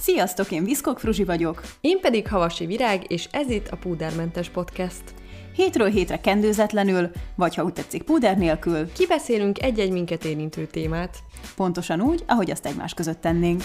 Sziasztok, én Viszkok Fruzsi vagyok. Én pedig Havasi Virág, és ez itt a Púdermentes Podcast. Hétről hétre kendőzetlenül, vagy ha úgy tetszik, púder nélkül kibeszélünk egy-egy minket érintő témát. Pontosan úgy, ahogy azt egymás között tennénk.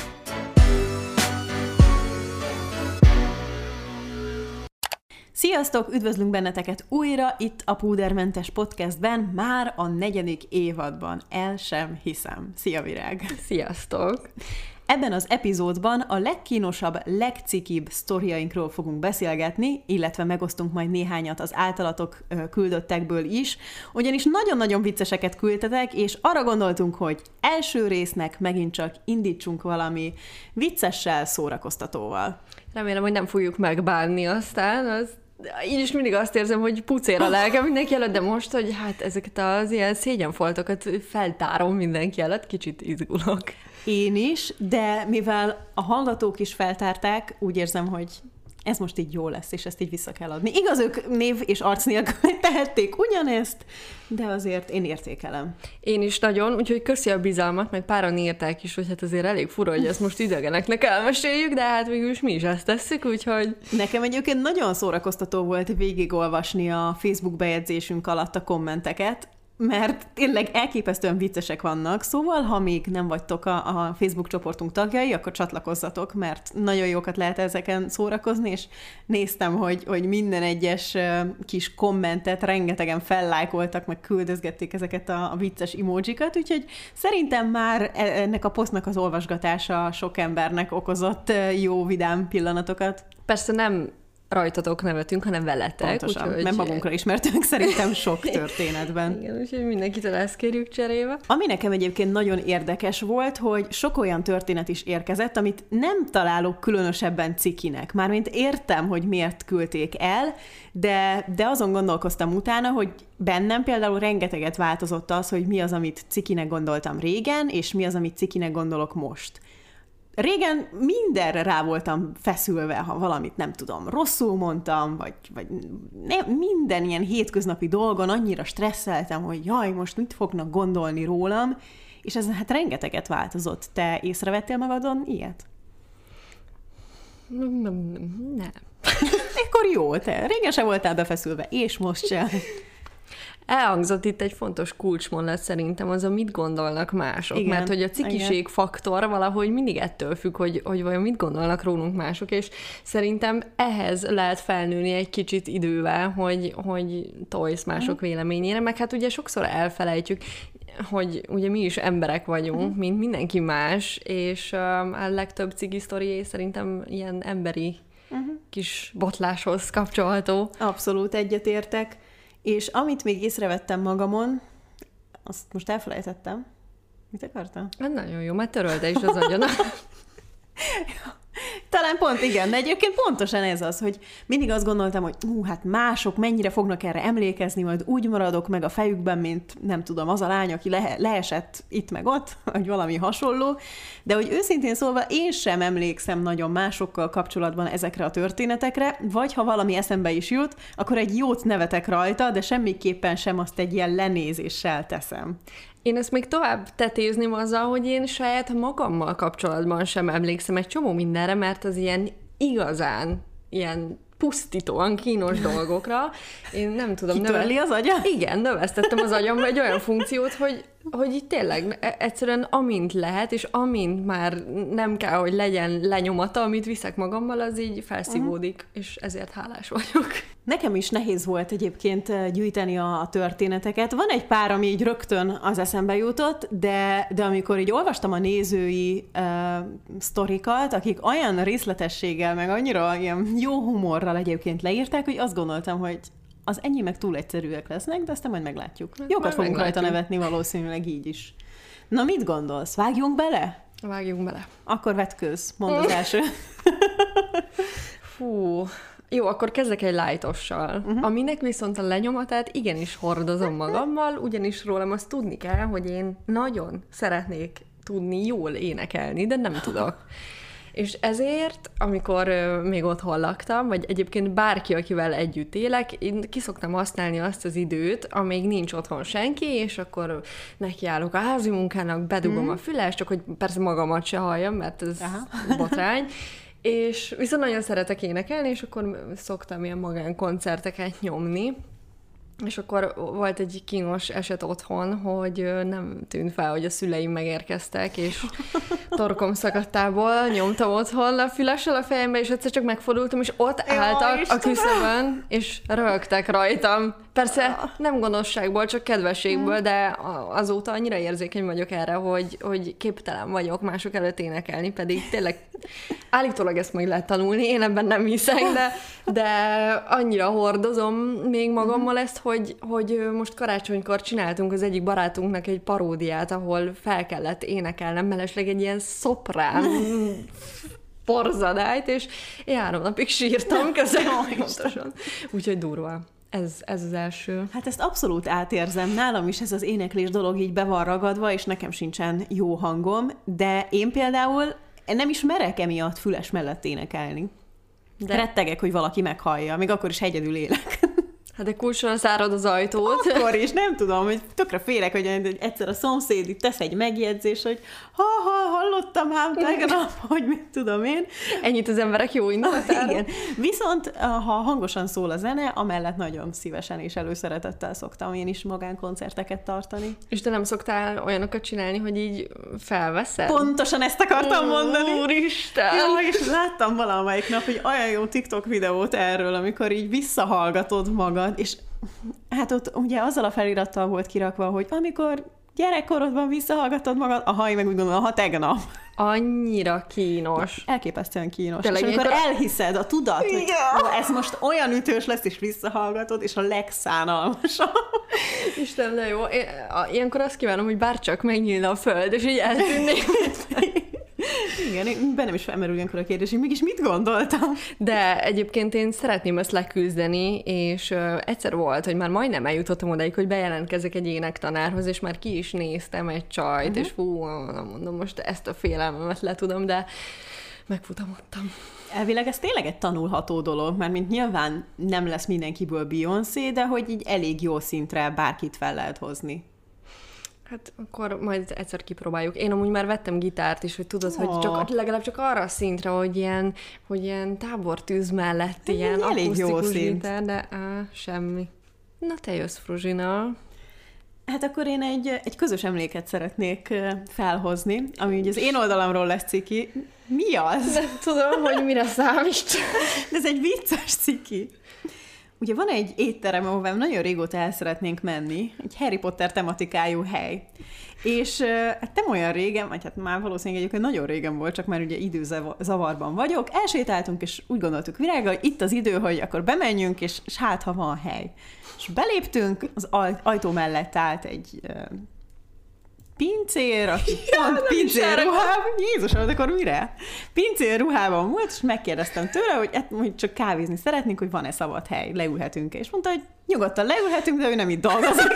Sziasztok, üdvözlünk benneteket újra itt a Púdermentes Podcastben, már a 4. évadban. El sem hiszem. Szia, Virág! Sziasztok! Ebben az epizódban a legkínosabb, legcikibb sztoriainkról fogunk beszélgetni, illetve megosztunk majd néhányat az általatok küldöttekből is, ugyanis nagyon-nagyon vicceseket küldtetek, és arra gondoltunk, hogy első résznek megint csak indítsunk valami viccessel, szórakoztatóval. Remélem, hogy nem fogjuk megbánni aztán, én is mindig azt érzem, hogy pucér a lelkem mindenki előtt, de most, hogy hát ezeket az ilyen szégyenfoltokat feltárom mindenki előtt, kicsit izgulok. Én is, de mivel a hallgatók is feltárták, úgy érzem, hogy ez most így jó lesz, és ezt így vissza kell adni. Igaz, ők név és arc nélkül tehették ugyanezt, de azért én értékelem. Én is nagyon, úgyhogy köszi a bizalmat, meg páran írták is, hogy hát azért elég fura, hogy ezt most idegeneknek elmeséljük, de hát végül is mi is ezt tesszük, úgyhogy... Nekem egyébként nagyon szórakoztató volt végigolvasni a Facebook bejegyzésünk alatt a kommenteket, mert tényleg elképesztően viccesek vannak, szóval ha még nem vagytok a Facebook csoportunk tagjai, akkor csatlakozzatok, mert nagyon jókat lehet ezeken szórakozni, és néztem, hogy minden egyes kis kommentet rengetegen fellájkoltak, meg küldözgették ezeket a vicces emojikat, úgyhogy szerintem már ennek a posztnak az olvasgatása sok embernek okozott jó, vidám pillanatokat. Persze nem rajtatok nevetünk, hanem veletek. Pontosan, úgyhogy... mert magunkra ismertünk szerintem sok történetben. Igen, úgyhogy mindenkitől ezt kérjük cserébe. Ami nekem egyébként nagyon érdekes volt, hogy sok olyan történet is érkezett, amit nem találok különösebben cikinek. Mármint értem, hogy miért küldték el, de azon gondolkoztam utána, hogy bennem például rengeteget változott az, hogy mi az, amit cikinek gondoltam régen, és mi az, amit cikinek gondolok most. Régen mindenre rá voltam feszülve, ha valamit nem tudom, rosszul mondtam, vagy minden ilyen hétköznapi dolgon annyira stresszeltem, hogy jaj, most mit fognak gondolni rólam, és ez hát rengeteget változott. Te észrevettél magadon ilyet? Nem. Ekkor jó, te régen se voltál befeszülve, és most sem. Elhangzott itt egy fontos kulcsmondat szerintem, az a mit gondolnak mások. Igen, mert hogy a cikiség faktor valahogy mindig ettől függ, hogy vajon mit gondolnak rólunk mások, és szerintem ehhez lehet felnőni egy kicsit idővel, hogy tolsz mások véleményére, meg hát ugye sokszor elfelejtjük, hogy ugye mi is emberek vagyunk, mint mindenki más, és a legtöbb cigi sztori szerintem ilyen emberi kis botláshoz kapcsolható. Abszolút egyetértek. És amit még észrevettem magamon, azt most elfelejtettem. Mit akartam? Nagyon jó, mert törölte is az agyon. Talán pont igen, de egyébként pontosan ez az, hogy mindig azt gondoltam, hogy hát mások mennyire fognak erre emlékezni, majd úgy maradok meg a fejükben, mint nem tudom, az a lány, aki leesett itt meg ott, vagy valami hasonló, de hogy őszintén szólva én sem emlékszem nagyon másokkal kapcsolatban ezekre a történetekre, vagy ha valami eszembe is jut, akkor egy jót nevetek rajta, de semmiképpen sem azt egy ilyen lenézéssel teszem. Én ezt még tovább tetézném azzal, hogy én saját magammal kapcsolatban sem emlékszem egy csomó mindenre, mert az ilyen igazán, ilyen pusztítóan kínos dolgokra, én nem tudom... Kitörli az agya? Igen, növesztettem az agyamba egy olyan funkciót, hogy itt tényleg egyszerűen amint lehet, és amint már nem kell, hogy legyen lenyomata, amit viszek magammal, az így felszívódik, és ezért hálás vagyok. Nekem is nehéz volt egyébként gyűjteni a történeteket. Van egy pár, ami így rögtön az eszembe jutott, de amikor így olvastam a nézői sztorikat, akik olyan részletességgel, meg annyira ilyen jó humorral egyébként leírták, hogy azt gondoltam, hogy az enyémek túl egyszerűek lesznek, de aztán majd meglátjuk. Jókat fogunk rajta nevetni valószínűleg így is. Na, mit gondolsz? Vágjunk bele? Vágjunk bele. Akkor vetkőz, mondd az első. Fú... Jó, akkor kezdek egy lightossal. Aminek viszont a lenyomatát igenis hordozom magammal, ugyanis rólam azt tudni kell, hogy én nagyon szeretnék tudni jól énekelni, de nem tudok. És ezért, amikor még otthon laktam, vagy egyébként bárki, akivel együtt élek, én ki szoktam használni azt az időt, amíg nincs otthon senki, és akkor nekiállok a házi munkának, bedugom a füles, csak hogy persze magamat se halljam, mert ez botrány. És viszont nagyon szeretek énekelni, és akkor szoktam ilyen magánkoncerteket nyomni. És akkor volt egy kínos eset otthon, hogy nem tűnt fel, hogy a szüleim megérkeztek, és torkom szakadtából nyomtam otthon a fülessel a fejembe, és egyszer csak megfordultam, és ott álltak a küszöbön, és röhögtek rajtam. Persze nem gonoszságból, csak kedvességből, de azóta annyira érzékeny vagyok erre, hogy képtelen vagyok mások előtt énekelni, pedig tényleg állítólag ezt meg lehet tanulni, én ebben nem hiszek, de annyira hordozom még magammal ezt, hogy most karácsonykor csináltunk az egyik barátunknak egy paródiát, ahol fel kellett énekelnem mellesleg egy ilyen szoprán porzadályt, és én 3 napig sírtam pontosan. Úgyhogy durva. Ez az első. Hát ezt abszolút átérzem. Nálam is ez az éneklés dolog így be van ragadva, és nekem sincsen jó hangom, de én például nem is merek emiatt füles mellett énekelni. De rettegek, hogy valaki meghallja, még akkor is egyedül élek. Hát de kulcson zárod az ajtót. Akkor is, nem tudom, hogy tökre félek, hogy egyszer a szomszéd itt tesz egy megjegyzés, hogy hallottam ám tegnap, hogy mit tudom én. Ennyit az emberek jó indulatára. Igen. Viszont, ha hangosan szól a zene, amellett nagyon szívesen és előszeretettel szoktam én is magánkoncerteket tartani. És te nem szoktál olyanokat csinálni, hogy így felveszed? Pontosan ezt akartam mondani. Úristen! Ja, és láttam valamelyik nap, hogy olyan jó TikTok videót erről, amikor így visszahallgatod magad, és hát ott ugye azzal a felirattal volt kirakva, hogy amikor gyerekkorodban visszahallgatod magad, én meg úgy gondolom, tegnap. Annyira kínos. Elképesztően kínos. Tényleg, és amikor elhiszed a tudat, hogy ez most olyan ütős lesz, és visszahallgatod, és a legszánalmasabb. Isten, de jó. Ilyenkor azt kívánom, hogy bárcsak megnyílna a föld, és így eltűnnék. Igen, bennem is felmerül ilyenkor a kérdés, hogy mégis mit gondoltam? De egyébként én szeretném ezt leküzdeni, és egyszer volt, hogy már majdnem eljutottam odáig, hogy bejelentkezek egy énektanárhoz, és már ki is néztem egy csajt, és nem mondom, most ezt a félelmemet le tudom, de megfutamodtam. Elvileg ez tényleg egy tanulható dolog, mert mint nyilván nem lesz mindenkiből Beyoncé, de hogy így elég jó szintre bárkit fel lehet hozni. Hát akkor majd egyszer kipróbáljuk. Én amúgy már vettem gitárt is, hogy tudod, hogy legalább csak arra a szintre, hogy ilyen tábortűz mellett ilyen akusztikus gitár, de semmi. Na te jössz, Fruzsina. Hát akkor én egy közös emléket szeretnék felhozni, ami ugye az én oldalamról lesz ciki. Mi az? Nem tudom, hogy mire számít. De ez egy vicces ciki. Ugye van egy étterem, ahová nagyon régóta el szeretnénk menni, egy Harry Potter tematikájú hely. És hát nem olyan régen, vagy hát már valószínűleg egyébként nagyon régen volt, csak már ugye időzavarban vagyok, elsétáltunk, és úgy gondoltuk Virággal, hogy itt az idő, hogy akkor bemenjünk, és hát ha van hely. És beléptünk, az ajtó mellett állt egy pincér, aki pont pincér ruhában, Jézusom, akkor mire? Pincér ruhában volt, és megkérdeztem tőle, hogy csak kávézni szeretnénk, hogy van-e szabad hely, leülhetünk-e. És mondta, hogy nyugodtan leülhetünk, de ő nem itt dolgozik.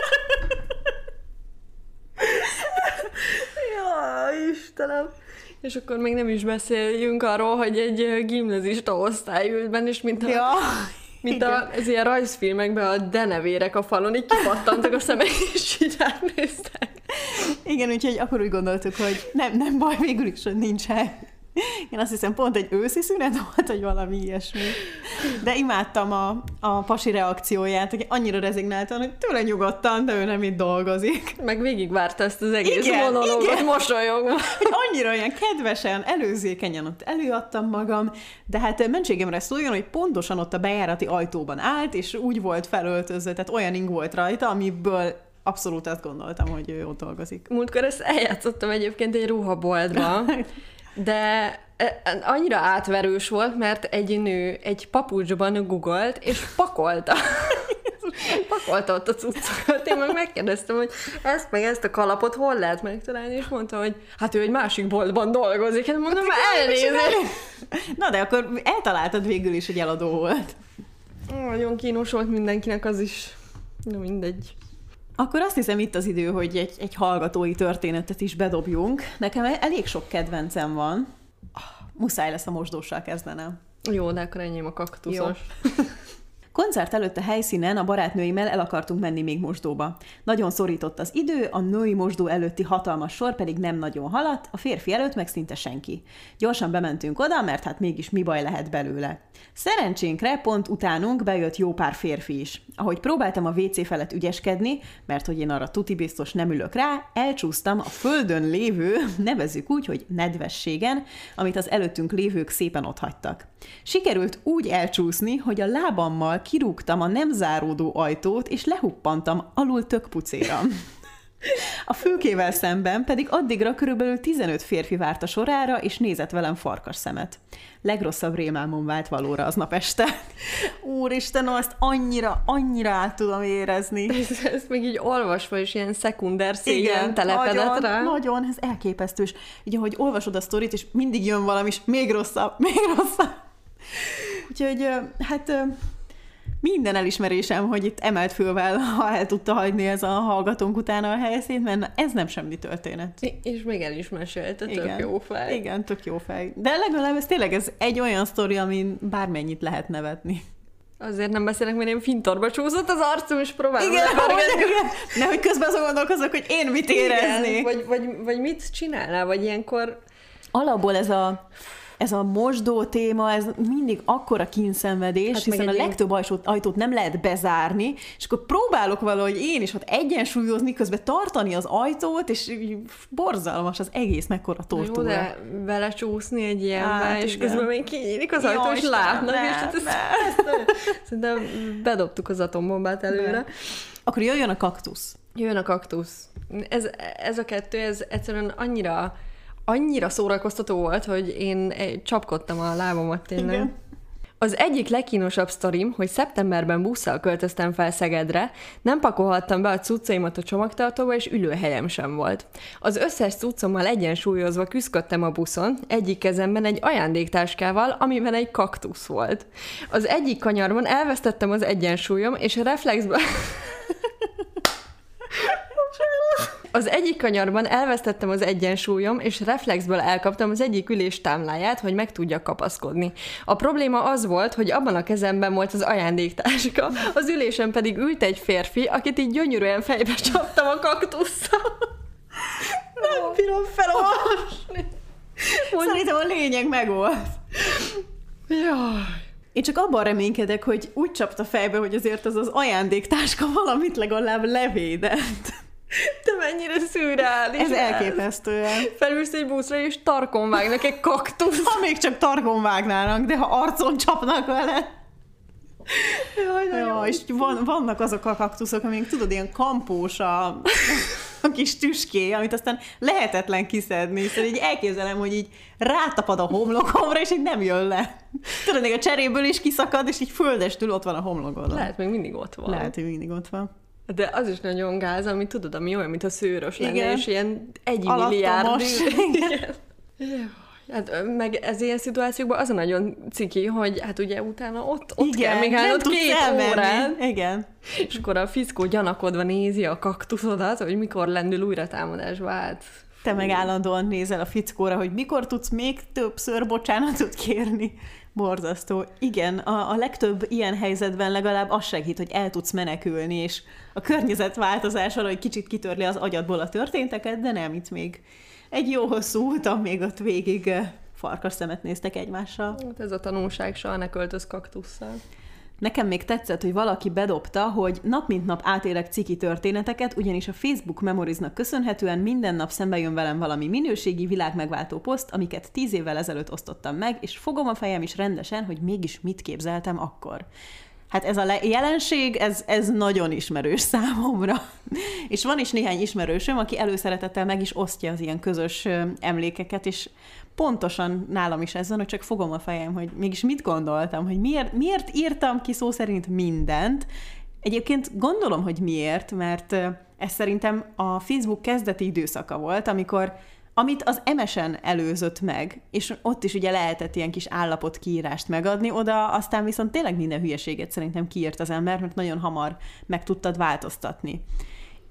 Jaj, Istenem! És akkor még nem is beszéljünk arról, hogy egy gimnazista osztály ült benne, és mint az ilyen rajzfilmekben a denevérek a falon, így kipattantak a szemek, és így átnéztek. Igen, úgyhogy akkor úgy gondoltuk, hogy nem baj, végül is, hogy nincs hely. Én azt hiszem, pont egy őszi szünet volt, hogy valami ilyesmi. De imádtam a pasi reakcióját, hogy annyira rezignáltan, hogy tőle nyugodtan, de ő nem itt dolgozik. Meg végigvárta ezt az egész monológot, mosolyogva. Hogy annyira olyan kedvesen, előzékenyen ott előadtam magam, de hát mentségemre szóljon, hogy pontosan ott a bejárati ajtóban állt, és úgy volt felöltözve, tehát olyan ing volt rajta, amiből abszolút azt gondoltam, hogy ő ott dolgozik. Múltkor ezt eljátszottam egyébként egy ruhaboltba, de annyira átverős volt, mert egy nő egy papucsban googolt, és pakolta ott a cuccokat. Én meg megkérdeztem, hogy ezt a kalapot hol lehet megtalálni, és mondta, hogy hát ő egy másik boltban dolgozik. Hát mondom, elnézést. Na, de akkor eltaláltad végül is, hogy eladó volt. Nagyon kínos volt mindenkinek az is. Na mindegy. Akkor azt hiszem itt az idő, hogy egy hallgatói történetet is bedobjunk. Nekem elég sok kedvencem van. muszáj lesz a mosdóssal kezdenem. Jó, de akkor enyém a kaktuszos. Koncert előtt a helyszínen a barátnőimmel el akartunk menni még mosdóba. Nagyon szorított az idő, a női mosdó előtti hatalmas sor pedig nem nagyon haladt, a férfi előtt meg szinte senki. Gyorsan bementünk oda, mert hát mégis mi baj lehet belőle. Szerencsénkre pont utánunk bejött jó pár férfi is. Ahogy próbáltam a WC felett ügyeskedni, mert hogy én arra tuti biztos nem ülök rá, elcsúsztam a földön lévő, nevezzük úgy, hogy nedvességen, amit az előttünk lévők szépen otthagytak. Sikerült úgy elcsúszni, hogy a lábammal kirúgtam a nem záródó ajtót, és lehuppantam alul tökpucéra. A fülkével szemben pedig addigra körülbelül 15 férfi várt a sorára, és nézett velem farkas szemet. Legrosszabb rémálmom vált valóra aznap este. Úristen, azt annyira át tudom érezni. Ezt még így olvasva is ilyen szekunder szégyen telepedett rá. Nagyon, ez elképesztő. És így, ahogy olvasod a sztorit, és mindig jön valami, és még rosszabb. Úgyhogy, hát minden elismerésem, hogy itt emelt fővel, ha el tudta hagyni ez a hallgatónk utána a helyszínt, mert ez nem semmi történet. És még el is mesélte, tök jó fej. Igen, tök jó fej. De legalább ez egy olyan sztori, amin bármennyit lehet nevetni. Azért nem beszélek, mert én fintorba csúszott az arcom, és próbálom. Igen, nehogy közben azon gondolkozok, hogy én mit éreznék. Vagy mit csinálnál, vagy ilyenkor... Alapból ez a mosdó téma, ez mindig akkora kínszenvedés, hát hiszen a legtöbb ajtót nem lehet bezárni, és akkor próbálok valahogy én is ott egyensúlyozni, közben tartani az ajtót, és borzalmas az egész, mekkora tortúra. Jó, de belecsúszni egy ilyenbe, és igen. Közben még kinyílik az ajtó, és látnak, és hát szerintem bedobtuk az atombombát előre. Akkor jöjjön a kaktusz. Jöjjön a kaktusz. Ez a kettő, ez egyszerűen annyira szórakoztató volt, hogy én csapkodtam a lábamat tényleg. Igen. Az egyik legkínosabb sztorim, hogy szeptemberben busszal költöztem fel Szegedre, nem pakolhattam be a cuccaimat a csomagtartóba, és ülőhelyem sem volt. Az összes cuccommal egyensúlyozva küszködtem a buszon, egyik kezemben egy ajándéktáskával, amiben egy kaktusz volt. Az egyik kanyarban elvesztettem az egyensúlyom, és a reflexből... Az egyik kanyarban elvesztettem az egyensúlyom, és reflexből elkaptam az egyik ülés támláját, hogy meg tudjak kapaszkodni. A probléma az volt, hogy abban a kezemben volt az ajándéktáska, az ülésen pedig ült egy férfi, akit így gyönyörűen fejbe csaptam a kaktusszal. Nem bírom felolvasni. Szerintem a lényeg megvolt. Jaj. Én csak abban reménykedek, hogy úgy csapta fejbe, hogy azért az ajándéktáska valamit legalább levédett. Te mennyire szürreális. Ez elképesztő. Felülsz egy buszra, és tarkon vágnak egy kaktusz. Ha még csak tarkon vágnának, de ha arcon csapnak vele. Jaj, és vannak azok a kaktuszok, amik tudod, ilyen kampós a kis tüské, amit aztán lehetetlen kiszedni. Szóval így elképzelem, hogy így rátapad a homlokomra, és így nem jön le. Tudod, még a cseréből is kiszakad, és így földestül ott van a homlokodon. Lehet, még mindig ott van. Lehet, hogy mindig ott van. De az is nagyon gáz, ami tudod, ami olyan, mint a szőrös lenne, igen. És ilyen 1 milliárd. Igen. Hát meg ez ilyen szituációkban az a nagyon ciki, hogy hát ugye utána ott igen, kell még állnod 2 órán. Igen. És akkor a fiszkó gyanakodva nézi a kaktuszodat, hogy mikor lendül újra támadásba át. Te meg állandóan nézel a fickóra, hogy mikor tudsz még többször bocsánatot kérni. Borzasztó. Igen, a legtöbb ilyen helyzetben legalább az segít, hogy el tudsz menekülni, és a környezetváltozás arra, hogy kicsit kitörli az agyadból a történteket, de nem, itt még egy jó hosszú úton még ott végig farkas szemet néztek egymással. Hát ez a tanulság, soha ne költöz kaktusszal. Nekem még tetszett, hogy valaki bedobta, hogy nap mint nap átélek ciki történeteket, ugyanis a Facebook Memoriesnak köszönhetően minden nap szembe jön velem valami minőségi, világmegváltó poszt, amiket 10 évvel ezelőtt osztottam meg, és fogom a fejem is rendesen, hogy mégis mit képzeltem akkor. Hát ez a jelenség, ez nagyon ismerős számomra. És van is néhány ismerősöm, aki előszeretettel meg is osztja az ilyen közös emlékeket, és pontosan nálam is ez van, hogy csak fogom a fejem, hogy mégis mit gondoltam, hogy miért írtam ki szó szerint mindent. Egyébként gondolom, hogy miért, mert ez szerintem a Facebook kezdeti időszaka volt, amit az MSN előzött meg, és ott is ugye lehetett ilyen kis állapotkiírást megadni, oda aztán viszont tényleg minden hülyeséget szerintem kiírt az ember, mert nagyon hamar meg tudtad változtatni.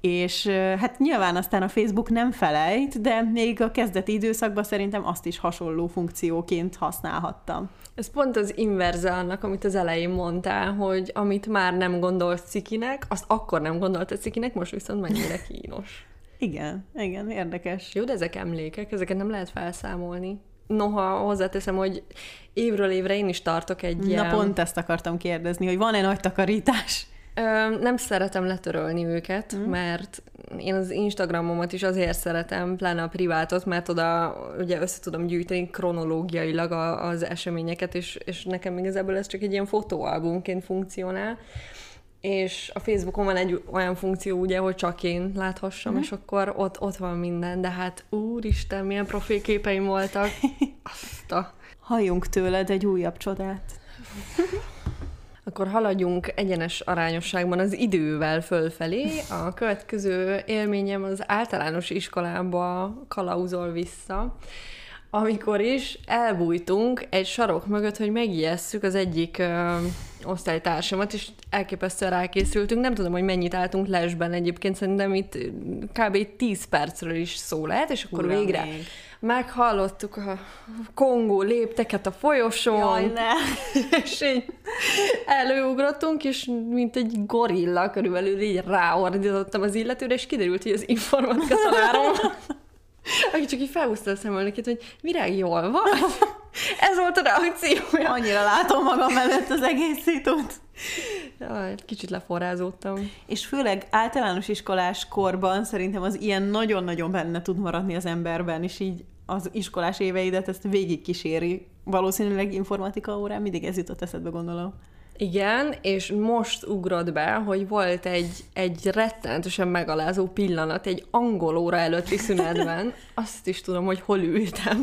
És hát nyilván aztán a Facebook nem felejt, de még a kezdeti időszakban szerintem azt is hasonló funkcióként használhattam. Ez pont az inverze annak, amit az elején mondtál, hogy amit már nem gondolt cikinek, azt akkor nem gondoltad cikinek, most viszont mennyire kínos. Igen, érdekes. Jó, de ezek emlékek, ezeket nem lehet felszámolni. Noha hozzáteszem, hogy évről évre én is tartok egy ilyen... Na pont ezt akartam kérdezni, hogy van-e nagy takarítás? Nem szeretem letörölni őket, mert én az Instagramomat is azért szeretem, pláne a privátot, mert oda ugye össze tudom gyűjteni kronológiailag az eseményeket, és nekem igazából ez csak egy ilyen fotóalbumként funkcionál. És a Facebookon van egy olyan funkció, ugye, hogy csak én láthassam, és akkor ott van minden, de hát úristen, milyen profilképeim voltak. Halljunk tőled egy újabb csodát. Akkor haladjunk egyenes arányosságban az idővel fölfelé. A következő élményem az általános iskolába kalauzol vissza, amikor is elbújtunk egy sarok mögött, hogy megijesszük az egyik osztálytársamat, és elképesztően rákészültünk. Nem tudom, hogy mennyit álltunk lesben egyébként, szerintem itt kb. 10 percről is szó lehet, és akkor végre meghallottuk a kongó lépteket a folyosón. Jaj, ne. És így előugrottunk, és mint egy gorilla körülbelül így ráordítottam az illetőre, és kiderült, hogy az informatika tanárom, aki csak így felhúzta a szemölnökét, hogy Virág, jól van? Ez volt a reakciója. Annyira látom magam előtt az egész szitut. Kicsit leforrázódtam. És főleg általános iskolás korban szerintem az ilyen nagyon-nagyon benne tud maradni az emberben, és így az iskolás éveidet ezt végigkíséri. Valószínűleg informatika órán mindig ez jutott eszedbe, gondolom. Igen, és most ugrott be, hogy volt egy rettenetesen megalázó pillanat egy angol óra előtti szünetben. Azt is tudom, hogy hol ültem.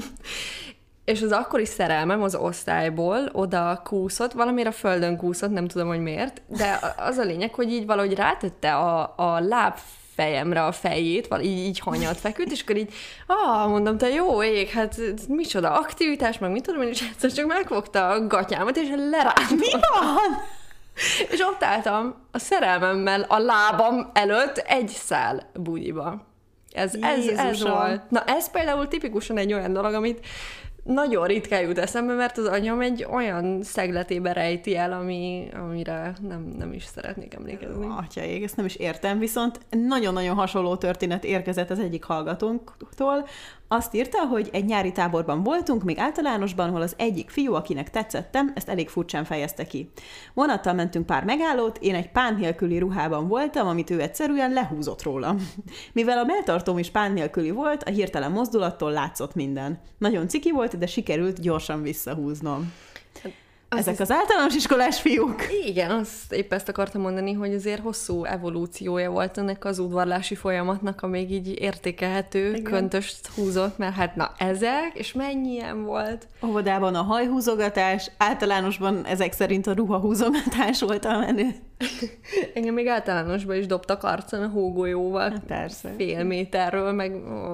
És az akkori szerelmem az osztályból oda kúszott, valamire a földön kúszott, nem tudom, hogy miért, de az a lényeg, hogy így valahogy rátette a lábfejemre a fejét, így hanyat feküdt, és akkor így, mondom, te jó ég, hát micsoda aktivitás, meg mit tudom én, és egyszer csak megfogta a gatyámat, és lerántott. Mi van? És ott álltam a szerelmemmel a lábam előtt egy szál bugyiba. Ez volt. Na, ez például tipikusan egy olyan dolog, amit nagyon ritkán jut eszembe, mert az anyam egy olyan szegletébe rejti el, amire nem is szeretnék emlékezni. Atyaég, ezt nem is értem, viszont nagyon-nagyon hasonló történet érkezett az egyik hallgatónktól. Azt írta, hogy egy nyári táborban voltunk, még általánosban, hol az egyik fiú, akinek tetszettem, ezt elég furcsán fejezte ki. Vonattal mentünk pár megállót, én egy pán nélküli ruhában voltam, amit ő egyszerűen lehúzott rólam. Mivel a melltartóm is pán nélküli volt, a hirtelen mozdulattól látszott minden. Nagyon ciki volt, de sikerült gyorsan visszahúznom. Ezek az általános iskolás fiúk. Igen, épp ezt akartam mondani, hogy azért hosszú evolúciója volt ennek az udvarlási folyamatnak, amíg így értékelhető, igen, köntöst húzott, mert hát na ezek, és mennyi ilyen volt. Óvodában a hajhúzogatás, általánosban ezek szerint a ruhahúzogatás volt a menő. Engem még általánosban is dobtak arcon a hógolyóval. Hát persze. Fél méterről, meg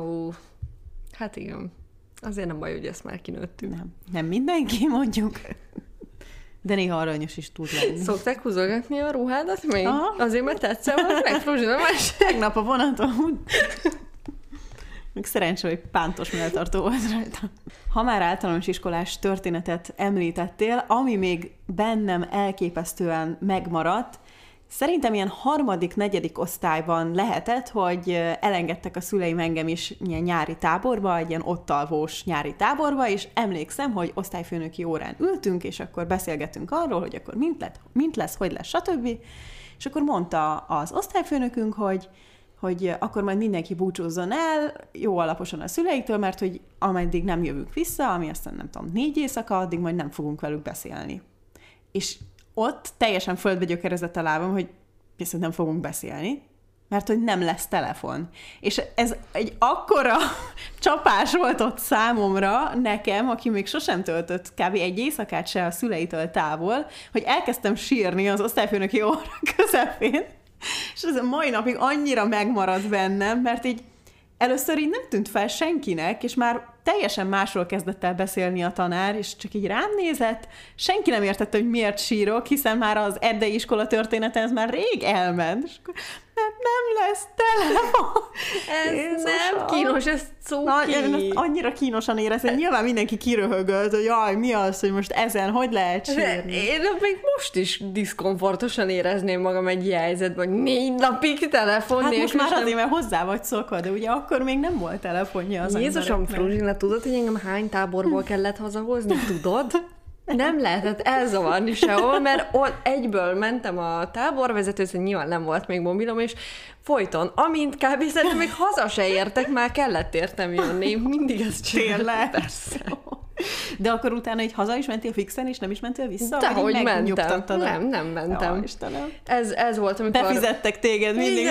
hát igen. Azért nem baj, hogy ezt már kinőttünk. Nem mindenki, mondjuk. De néha aranyos is tud lenni. Szokták húzogatni a ruhádat még? Aha. Azért, mert tetszem, meg Fruzsina más. Tegnap a vonaton. Még szerencsé, hogy pántos melltartó volt rajta. Ha már általános iskolás történetet említettél, ami még bennem elképesztően megmaradt, szerintem ilyen 3.-4. osztályban lehetett, hogy elengedtek a szüleim engem is ilyen nyári táborba, egy ilyen ottalvós nyári táborba, és emlékszem, hogy osztályfőnöki órán ültünk, és akkor beszélgettünk arról, hogy akkor mint lesz, hogy lesz, stb. És akkor mondta az osztályfőnökünk, hogy akkor majd mindenki búcsúzzon el, jó alaposan a szüleiktől, mert hogy ameddig nem jövünk vissza, ami aztán nem tudom, 4 éjszaka, addig majd nem fogunk velük beszélni. És ott teljesen földbe gyökerezett a lábam, hogy viszont nem fogunk beszélni, mert hogy nem lesz telefon. És ez egy akkora csapás volt ott számomra, nekem, aki még sosem töltött kb. Egy éjszakát se a szüleitől távol, hogy elkezdtem sírni az osztályfőnöki óra közepén, és ez a mai napig annyira megmaradt bennem, mert így először így nem tűnt fel senkinek, és már teljesen másról kezdett el beszélni a tanár, és csak így rám nézett, senki nem értette, hogy miért sírok, hiszen már az erdei iskola története, ez már rég elment, és akkor mert nem lesz telefon. Ez nem kínos, ez cuki. Annyira kínosan éreztem. Nyilván mindenki kiröhögölt, hogy jaj, mi az, hogy most ezen hogy lehet sírni? Én még most is diszkomfortosan érezném magam egy ilyen helyzetben, hogy 4 napig telefon hát nélkül. most már azért, mert hozzá vagy szokva, de ugye akkor még nem volt telefonja az Jézusom, Fruzsina, tudod, hogy engem hány táborból kellett hazahozni? Tudod? Nem lehetett elzavarni sehol, mert egyből mentem a táborvezetőhöz, hogy nyilván nem volt még mobilom, és folyton, amint kb. Szerintem még haza se értek, már kellett értem jönni. Mindig ezt csináltam. Tényleg? Persze. De akkor utána egy haza is mentél fixen, és nem is mentél vissza? Dehogy mentem. Nem mentem. Ja, Istenem. Ez volt, amikor... Befizettek téged mindig.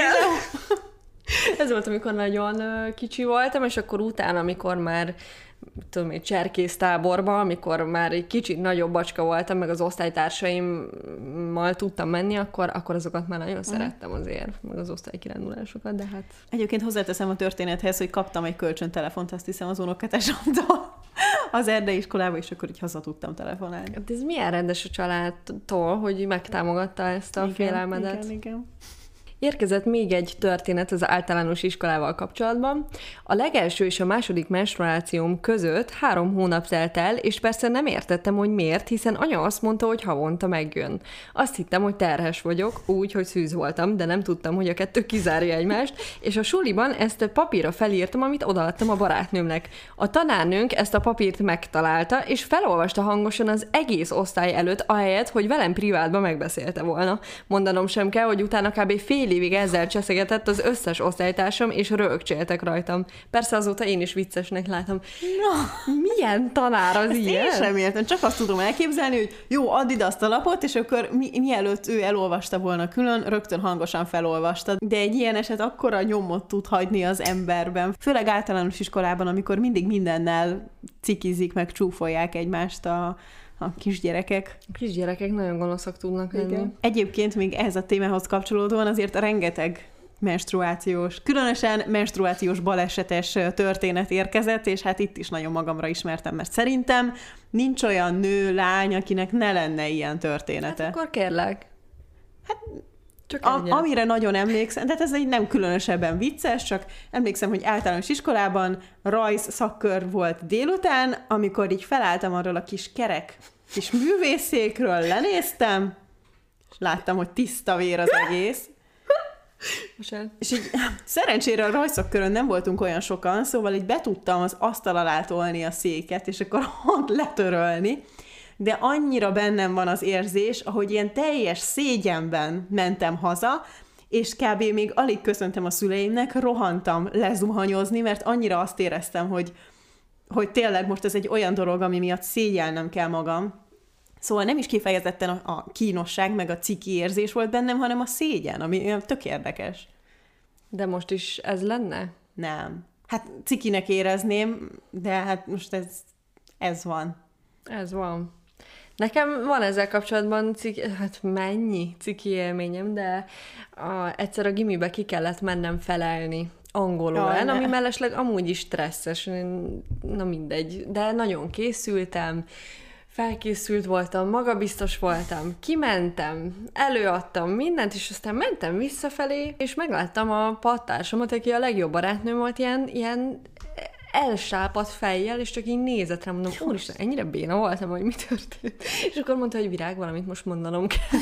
Ez volt, amikor nagyon kicsi voltam, és akkor utána, amikor már tudom én, cserkésztáborba, amikor már egy kicsit nagyobb bacska voltam, meg az osztálytársaimmal tudtam menni, akkor azokat már nagyon szerettem azért, meg az osztálykirándulásokat, de hát... Egyébként hozzáteszem a történethez, hogy kaptam egy kölcsöntelefont, azt hiszem az unokatesomtól az erdei iskolába, és akkor így haza tudtam telefonálni. Hát ez milyen rendes a családtól, hogy megtámogatta ezt a félelmedet? Igen. Érkezett még egy történet az általános iskolával kapcsolatban. A legelső és a második menstruációm között 3 hónap telt el, és persze nem értettem, hogy miért, hiszen anya azt mondta, hogy havonta megjön. Azt hittem, hogy terhes vagyok, úgy, hogy szűz voltam, de nem tudtam, hogy a kettő kizárja egymást, és a suliban ezt papírra felírtam, amit odaadtam a barátnőmnek. A tanárnőnk ezt a papírt megtalálta, és felolvasta hangosan az egész osztály előtt, ahelyett, hogy velem privátban megbeszélte volna. Mondanom sem kell, hogy utána kb. Fél évig ezzel cseszegetett az összes osztálytársam, és rögcséltek rajtam. Persze azóta én is viccesnek látom. Milyen tanár az ilyen? Én sem értem, csak azt tudom elképzelni, hogy jó, add ide azt a lapot, és akkor mielőtt ő elolvasta volna külön, rögtön hangosan felolvastad. De egy ilyen eset akkora nyomot tud hagyni az emberben. Főleg általános iskolában, amikor mindig mindennel cikizik, meg csúfolják egymást a kisgyerekek. A kisgyerekek nagyon gonoszak tudnak lenni. Igen. Egyébként még ehhez a témához kapcsolódóan azért rengeteg különösen menstruációs balesetes történet érkezett, és hát itt is nagyon magamra ismertem, mert szerintem nincs olyan nő, lány, akinek ne lenne ilyen története. Hát akkor kérlek. Hát amire nagyon emlékszem, de ez egy nem különösebben vicces, csak emlékszem, hogy általános iskolában rajz szakkör volt délután, amikor így felálltam arról a kis művészékről, lenéztem, és láttam, hogy tiszta vér az egész. És így szerencsére a rajzszakkörön nem voltunk olyan sokan, szóval így be tudtam az asztal alá tolni a széket, és akkor ott letörölni, de annyira bennem van az érzés, ahogy ilyen teljes szégyenben mentem haza, és kb. Még alig köszöntem a szüleimnek, rohantam lezuhanyozni, mert annyira azt éreztem, hogy tényleg most ez egy olyan dolog, ami miatt szégyelnem kell magam. Szóval nem is kifejezetten a kínosság, meg a ciki érzés volt bennem, hanem a szégyen, ami tök érdekes. De most is ez lenne? Nem. Hát cikinek érezném, de hát most ez van. Ez van. Nekem van ezzel kapcsolatban mennyi ciki élményem, de egyszer a gimibe ki kellett mennem felelni angolul, ami mellesleg amúgy is stresszes, na mindegy, de nagyon készültem, felkészült voltam, magabiztos voltam, kimentem, előadtam mindent, és aztán mentem visszafelé, és megláttam a padtársamat, aki a legjobb barátnőm volt, ilyen elsápadt fejjel, és csak így nézett rám, mondom, úristen, ennyire béna voltam, hogy mi történt. És akkor mondta, hogy Virág, valamit most mondanom kell.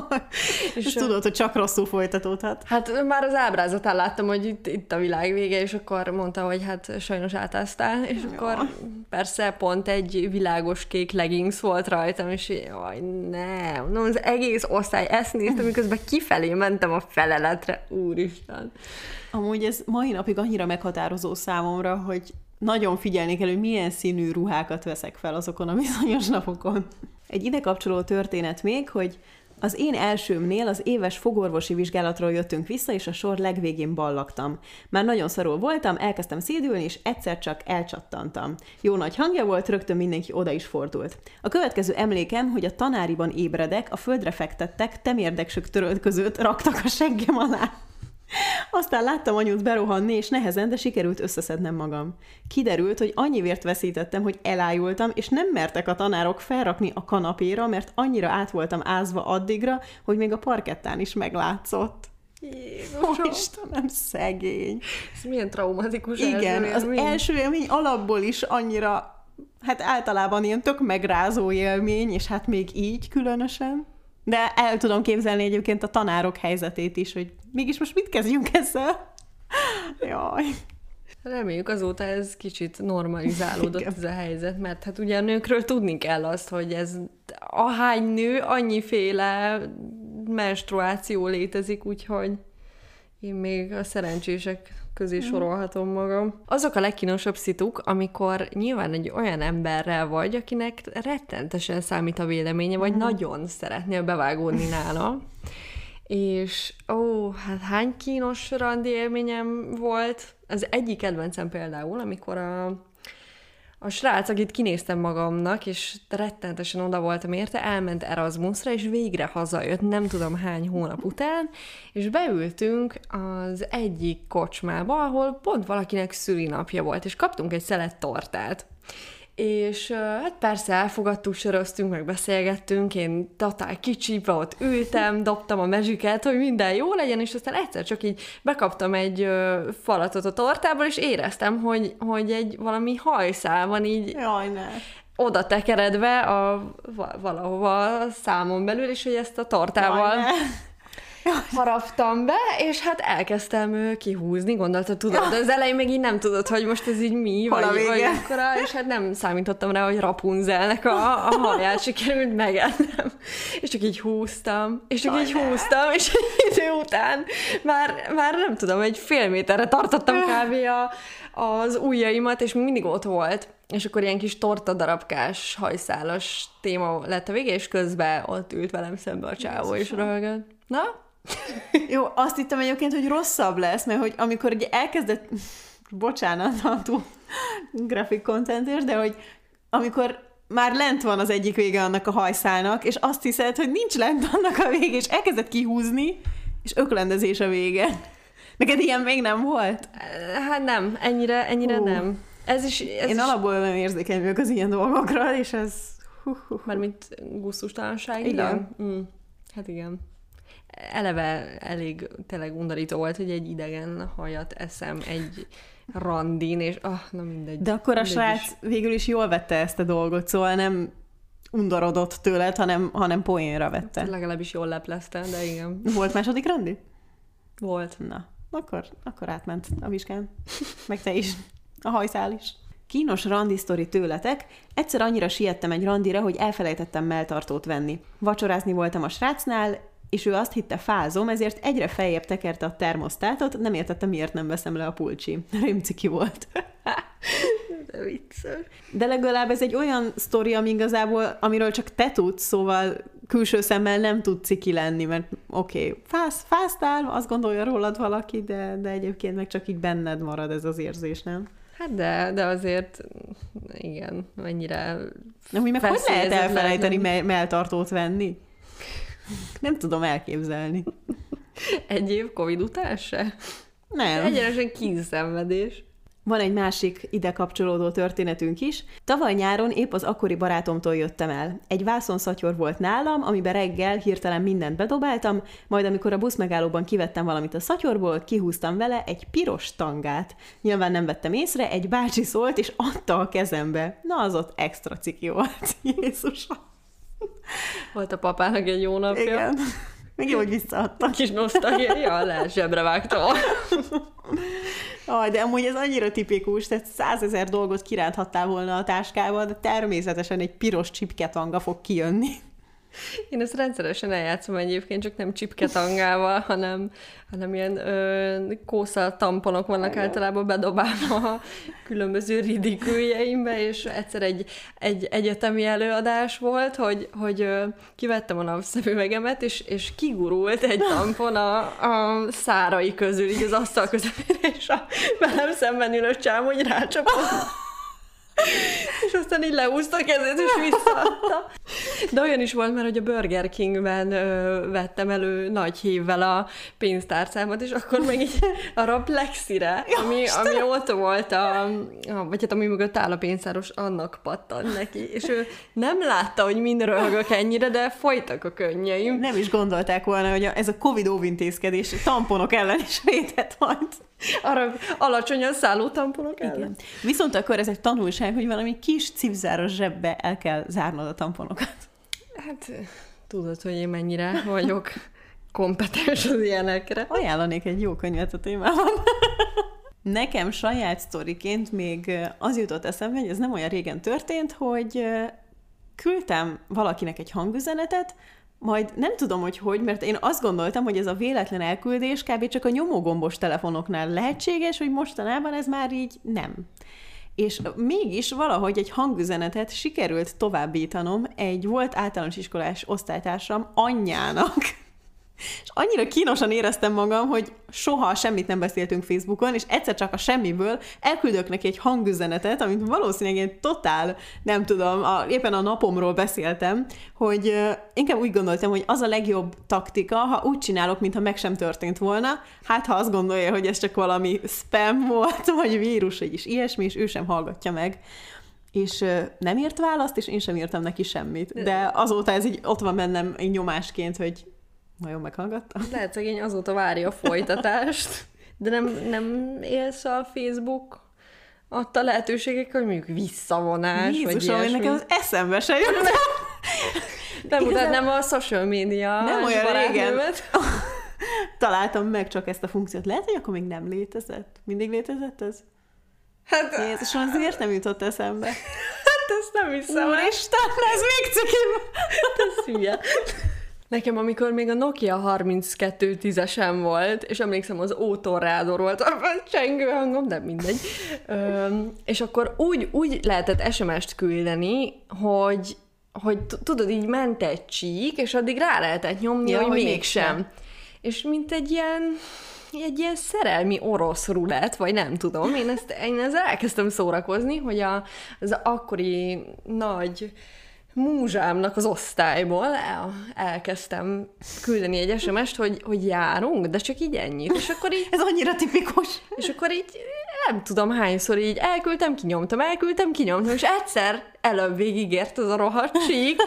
És tudod, hogy csak rosszul folytatódhat. Hát már az ábrázatán láttam, hogy itt a világ vége, és akkor mondta, hogy hát sajnos átáztál, és akkor persze pont egy világos kék leggings volt rajtam, és jaj, nem, az egész osztály ezt néztem, miközben kifelé mentem a feleletre, úristen. Amúgy ez mai napig annyira meghatározó számomra, hogy nagyon figyelni kell, hogy milyen színű ruhákat veszek fel azokon a bizonyos napokon. Egy ide kapcsoló történet még, hogy az én elsőmnél az éves fogorvosi vizsgálatról jöttünk vissza, és a sor legvégén ballagtam. Már nagyon szarul voltam, elkezdtem szédülni, és egyszer csak elcsattantam. Jó nagy hangja volt, rögtön mindenki oda is fordult. A következő emlékem, hogy a tanáriban ébredek, a földre fektettek, temérdek sög törölt között raktak a seggem alá. Aztán láttam anyut berohanni, és nehezen, de sikerült összeszednem magam. Kiderült, hogy annyi vért veszítettem, hogy elájultam, és nem mertek a tanárok felrakni a kanapéra, mert annyira át voltam ázva addigra, hogy még a parkettán is meglátszott. Jézusom! Istenem, szegény! Ez milyen traumatikus Igen, az első élmény alapból is annyira, hát általában ilyen tök megrázó élmény, és hát még így különösen. De el tudom képzelni egyébként a tanárok helyzetét is, hogy mégis most mit kezdjünk ezzel? Jaj. Reméljük azóta ez kicsit normalizálódott ez a helyzet, mert hát ugye a nőkről tudni kell azt, hogy ez ahány nő, annyiféle menstruáció létezik, úgyhogy én még a szerencsések közé sorolhatom magam. Azok a legkínosabb szituk, amikor nyilván egy olyan emberrel vagy, akinek rettentesen számít a véleménye, vagy nagyon szeretnél bevágódni nála. És hát hány kínos randi élményem volt. Az egyik kedvencem például, amikor a srác, akit kinéztem magamnak, és rettentesen oda voltam érte, elment Erasmusra, és végre hazajött, nem tudom hány hónap után, és beültünk az egyik kocsmába, ahol pont valakinek szülinapja volt, és kaptunk egy szelet tortát. És hát persze elfogadtuk, söröztünk, meg beszélgettünk, én totál kicsibe ott ültem, dobtam a mezsiket, hogy minden jó legyen, és aztán egyszer csak így bekaptam egy falatot a tortából, és éreztem, hogy egy valami hajszál van így oda tekeredve valahova a számon belül, és hogy ezt a tortával haraptam be, és hát elkezdtem kihúzni, gondolta, tudod, de az elején még így nem tudod, hogy most ez így mi, vagy akkora, és hát nem számítottam rá, hogy Rapunzelnek a haját sikerült megennem. És csak így húztam, és egy idő után már nem tudom, egy fél méterre tartottam kb. Az ujjaimat, és mindig ott volt. És akkor ilyen kis tortadarabkás, hajszálas téma lett a vége, és közben ott ült velem szembe a csávó, és röhögött. Na? Jó, azt hittem egyébként, hogy rosszabb lesz, mert hogy amikor ugye elkezdett, bocsánat, a túl graphic contentért, de hogy amikor már lent van az egyik vége annak a hajszálnak, és azt hiszed, hogy nincs lent annak a vége, és elkezdett kihúzni, és öklendezés a vége. Neked ilyen még nem volt? Hát nem, ennyire nem. Én alapból nem érzékeny vagyok az ilyen dolgokra, és ez... Mármint gusztustalanságilag? Igen. Hát igen. Eleve elég tényleg undorító volt, hogy egy idegen hajat eszem egy randin, és na mindegy. De akkor a srác végül is jól vette ezt a dolgot, szóval nem undorodott tőled, hanem poénra vette. Legalábbis jól leplezte, de igen. Volt második randi? Volt. Na, akkor átment a vizsgán. Meg te is. A hajszál is. Kínos randi sztori tőletek. Egyszer annyira siettem egy randira, hogy elfelejtettem melltartót venni. Vacsorázni voltam a srácnál, és ő azt hitte, fázom, ezért egyre feljebb tekerte a termosztátot, nem értette, miért nem veszem le a pulcsi. Rémciki volt. De vicces. De legalább ez egy olyan sztori, amiről csak te tudsz, szóval külső szemmel nem tud ciki lenni, mert oké, fáztál, azt gondolja rólad valaki, de egyébként meg csak így benned marad ez az érzés, nem? Hát de azért, igen, mennyire hogy meg hogy lehet elfelejteni melltartót venni? Nem tudom elképzelni. Egy év Covid után se? Nem. Egyenesen kínszenvedés. Van egy másik ide kapcsolódó történetünk is. Tavaly nyáron épp az akkori barátomtól jöttem el. Egy vászonszatyor volt nálam, amiben reggel hirtelen mindent bedobáltam, majd amikor a buszmegállóban kivettem valamit a szatyorból, kihúztam vele egy piros tangát. Nyilván nem vettem észre, egy bácsi szólt, és adta a kezembe. Na, az ott extra ciki volt. Jézusom. Volt a papának egy jó napja. Igen. Még jó, hogy visszaadta. Kis nosztalgia, lehet zsebre vágta. De amúgy ez annyira tipikus, tehát 100 000 dolgot kiránthattál volna a táskába, de természetesen egy piros csipketanga fog kijönni. Én ezt rendszeresen eljátszom egyébként, csak nem csipketangával, hanem ilyen kósza tamponok vannak általában bedobálva a különböző ridiküljeimbe, és egyszer egy egyetemi előadás volt, hogy kivettem a napszemüvegemet, és kigurult egy tampon a szárai közül, így az asztal közepére, és a velem szemben ülő csám, hogy rácsapott. És aztán így leúzta a kezét, és visszaadta. De olyan is volt már, hogy a Burger Kingben vettem nagy hívvel a pénztárcámat, és akkor meg így arra a plexire, ami ott volt, vagy hát ami mögött áll a pénztáros, annak pattant neki. És ő nem látta, hogy mind röhögök ennyire, de folytak a könnyeim. Nem is gondolták volna, hogy ez a Covid óvintézkedés tamponok ellen is védett majd. Arra alacsonyan szálló tamponok ellen. Igen. Viszont akkor ez egy tanulság, hogy valami kis cipzáros zsebbe el kell zárnod a tamponokat. Hát tudod, hogy én mennyire vagyok kompetens az ilyenekre. Ajánlanék egy jó könyvet a témában. Nekem saját sztoriként még az jutott eszembe, hogy ez nem olyan régen történt, hogy küldtem valakinek egy hangüzenetet, majd nem tudom, hogy, mert én azt gondoltam, hogy ez a véletlen elküldés kb. Csak a nyomógombos telefonoknál lehetséges, hogy mostanában ez már így nem. És mégis valahogy egy hangüzenetet sikerült továbbítanom egy volt általános iskolás osztálytársam anyjának. És annyira kínosan éreztem magam, hogy soha semmit nem beszéltünk Facebookon, és egyszer csak a semmiből elküldök neki egy hangüzenetet, amit valószínűleg én totál, nem tudom, éppen a napomról beszéltem, hogy inkább úgy gondoltam, hogy az a legjobb taktika, ha úgy csinálok, mintha meg sem történt volna, hát ha azt gondolja, hogy ez csak valami spam volt, vagy vírus, vagy is ilyesmi, és ő sem hallgatja meg. És nem írt választ, és én sem írtam neki semmit. De azóta ez így ott van bennem egy nyomásként, hogy nagyon meghallgattam. Lehet, szegény azóta várja a folytatást, de nem élsz a Facebook adta lehetőségek, hogy mondjuk visszavonás, Jézusom, vagy ilyesmi. Nekem az eszembe se jött. Nem mutatnám a social media nem olyan régen találtam meg csak ezt a funkciót. Lehet, hogy akkor még nem létezett? Mindig létezett ez? Hát... Jézusom, azért nem jutott eszembe. Hát ezt nem hiszem. Úristen, ez még cikim! Ez hülye. Nekem, amikor még a Nokia 3210-esem volt, és emlékszem, az Ótorrádor volt a csengő hangom, de mindegy. És akkor úgy lehetett SMS-t küldeni, hogy tudod, így ment egy csík, és addig rá lehetett nyomni, hogy mégsem. És mint egy ilyen szerelmi orosz rulett, vagy nem tudom, én ezzel elkezdtem szórakozni, hogy az akkori nagy múzsámnak az osztályból elkezdtem küldeni egy SMS-t, hogy járunk, de csak így ennyit. És akkor így... Ez annyira tipikus. És akkor így nem tudom hányszor így elküldtem, kinyomtam, és egyszer előbb végigért az a rohadt csík.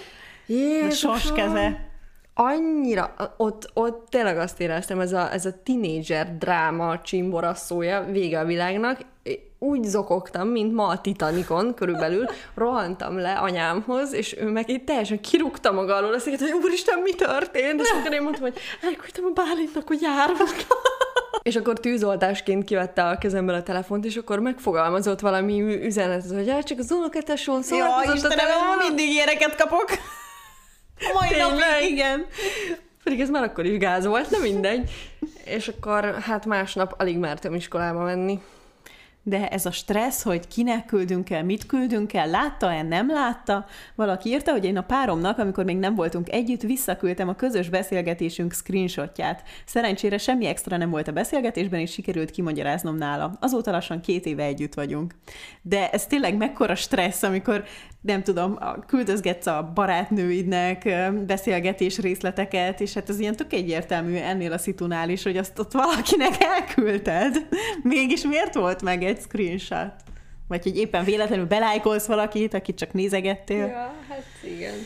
Sos keze. Annyira, ott tényleg azt éreztem, ez a tínédzser dráma csimborasszója, vége a világnak, úgy zokogtam, mint ma a Titanicon körülbelül, rohantam le anyámhoz, és ő meg itt teljesen kirúgta maga alól, azt mondta, hogy úristen, mi történt? És akkor én mondtam, hogy elküldtem a Bálintnak, hogy járunk. És akkor tűzoltásként kivette a kezemből a telefont, és akkor megfogalmazott valami üzenetet, hogy csak az unokatesón szórakozott a Istenem, telefon. mindig ilyeneket kapok. Mai napig, igen. Pedig ez már akkor is gáz volt, de mindegy. És akkor hát másnap alig mertem iskolába menni. De ez a stressz, hogy kinek küldünk el, mit küldünk el, látta-e, nem látta. Valaki írta, hogy én a páromnak, amikor még nem voltunk együtt, visszaküldtem a közös beszélgetésünk screenshotját. Szerencsére semmi extra nem volt a beszélgetésben, és sikerült kimagyaráznom nála. Azóta lassan 2 éve együtt vagyunk. De ez tényleg mekkora stressz, amikor nem tudom, küldözgetsz a barátnőidnek beszélgetés részleteket, és hát ez ilyen tök egyértelmű ennél a szitunál is, hogy azt ott valakinek elküldted. Mégis miért volt meg egy screenshot? Vagy hogy éppen véletlenül belájkolsz valakit, akit csak nézegettél. Ja, hát igen.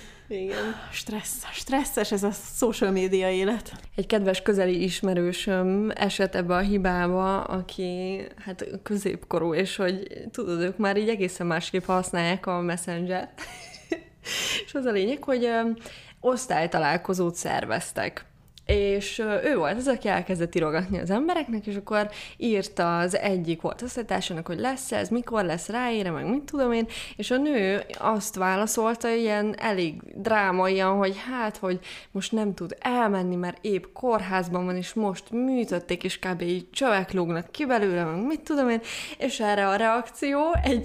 Stresszes ez a social media élet. Egy kedves közeli ismerősöm esett ebbe a hibába, aki hát középkorú, és hogy tudod, ők már így egészen másképp használják a Messenger-t. És az a lényeg, hogy osztálytalálkozót szerveztek. És ő volt az, aki elkezdett írogatni az embereknek, és akkor írta az egyik volt osztálytársának, hogy lesz ez, mikor lesz, ráére, meg mit tudom én, és a nő azt válaszolta ilyen elég drámaian, hogy hát, hogy most nem tud elmenni, mert épp kórházban van, és most műtötték, és kb. Így csövek lógnak ki belőle, meg mit tudom én, és erre a reakció egy